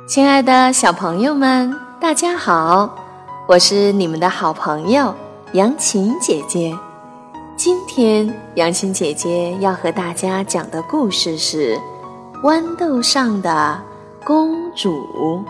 亲爱的小朋友们，大家好，我是你们的好朋友杨琴姐姐。今天杨琴姐姐要和大家讲的故事是豌豆上的公主。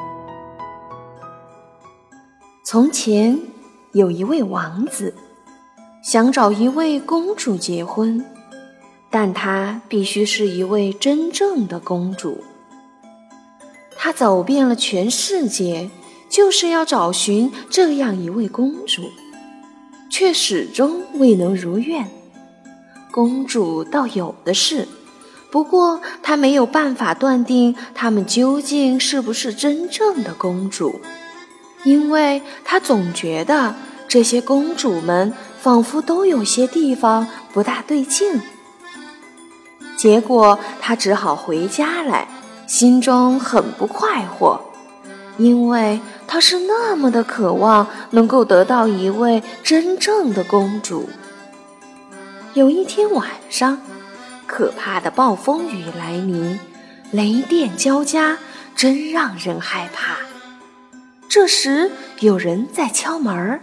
从前有一位王子，想找一位公主结婚，但她必须是一位真正的公主。他走遍了全世界，就是要找寻这样一位公主，却始终未能如愿。公主倒有的是，不过他没有办法断定她们究竟是不是真正的公主，因为他总觉得这些公主们仿佛都有些地方不大对劲。结果他只好回家来，心中很不快活，因为他是那么的渴望能够得到一位真正的公主。有一天晚上，可怕的暴风雨来临，雷电交加，真让人害怕。这时有人在敲门，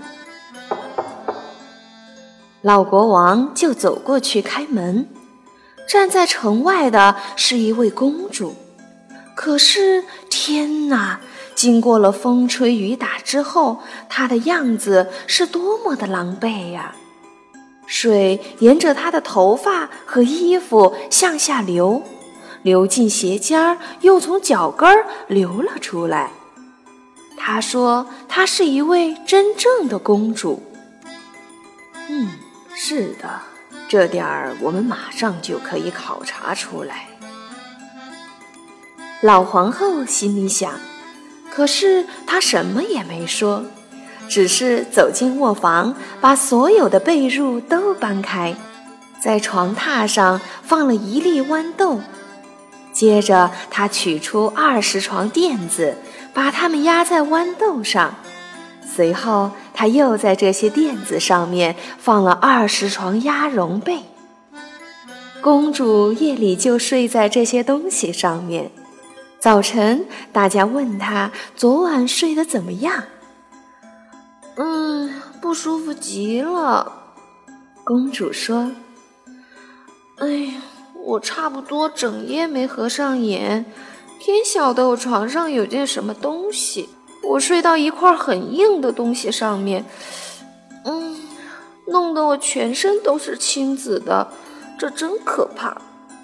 老国王就走过去开门。站在城外的是一位公主，可是天哪，经过了风吹雨打之后，她的样子是多么的狼狈呀！水沿着她的头发和衣服向下流，流进鞋尖儿，又从脚跟儿流了出来。她说她是一位真正的公主。是的，这点儿我们马上就可以考察出来。老皇后心里想，可是她什么也没说，只是走进卧房，把所有的被褥都搬开，在床榻上放了一粒豌豆。接着她取出20床垫子，把它们压在豌豆上。随后她又在这些垫子上面放了20床鸭绒被。公主夜里就睡在这些东西上面。早晨大家问她昨晚睡得怎么样。不舒服极了。公主说，我差不多整夜没合上眼，天晓得我床上有件什么东西，我睡到一块很硬的东西上面，弄得我全身都是青紫的，这真可怕。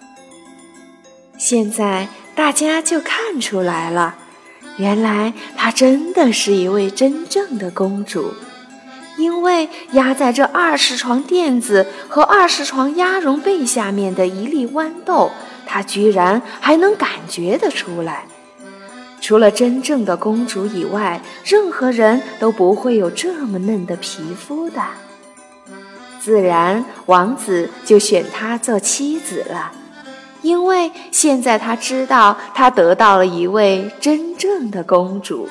现在大家就看出来了，原来她真的是一位真正的公主，因为压在这20床垫子和20床鸭绒被下面的一粒豌豆，她居然还能感觉得出来。除了真正的公主以外，任何人都不会有这么嫩的皮肤的。自然，王子就选她做妻子了，因为现在他知道他得到了一位真正的公主。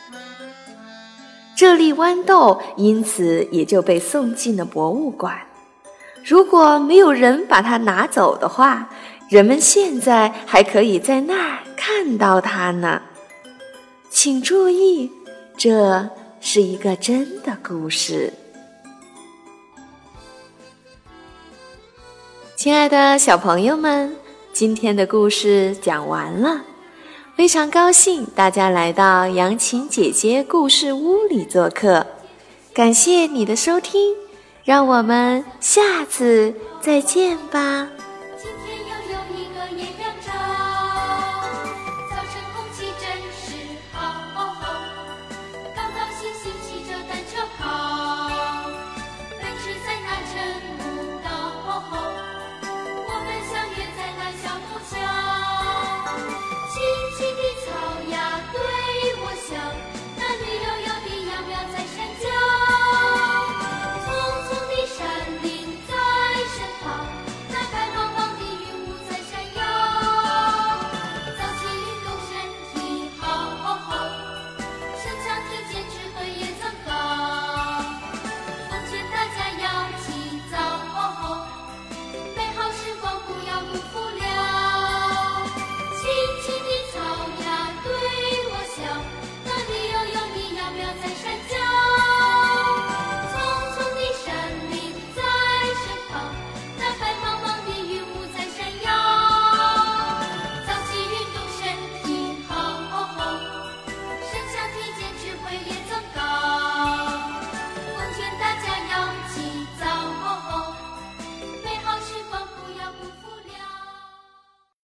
这粒豌豆因此也就被送进了博物馆。如果没有人把它拿走的话，人们现在还可以在那儿看到它呢。请注意，这是一个真的故事。亲爱的小朋友们，今天的故事讲完了，非常高兴大家来到杨琴姐姐故事屋里做客，感谢你的收听，让我们下次再见吧。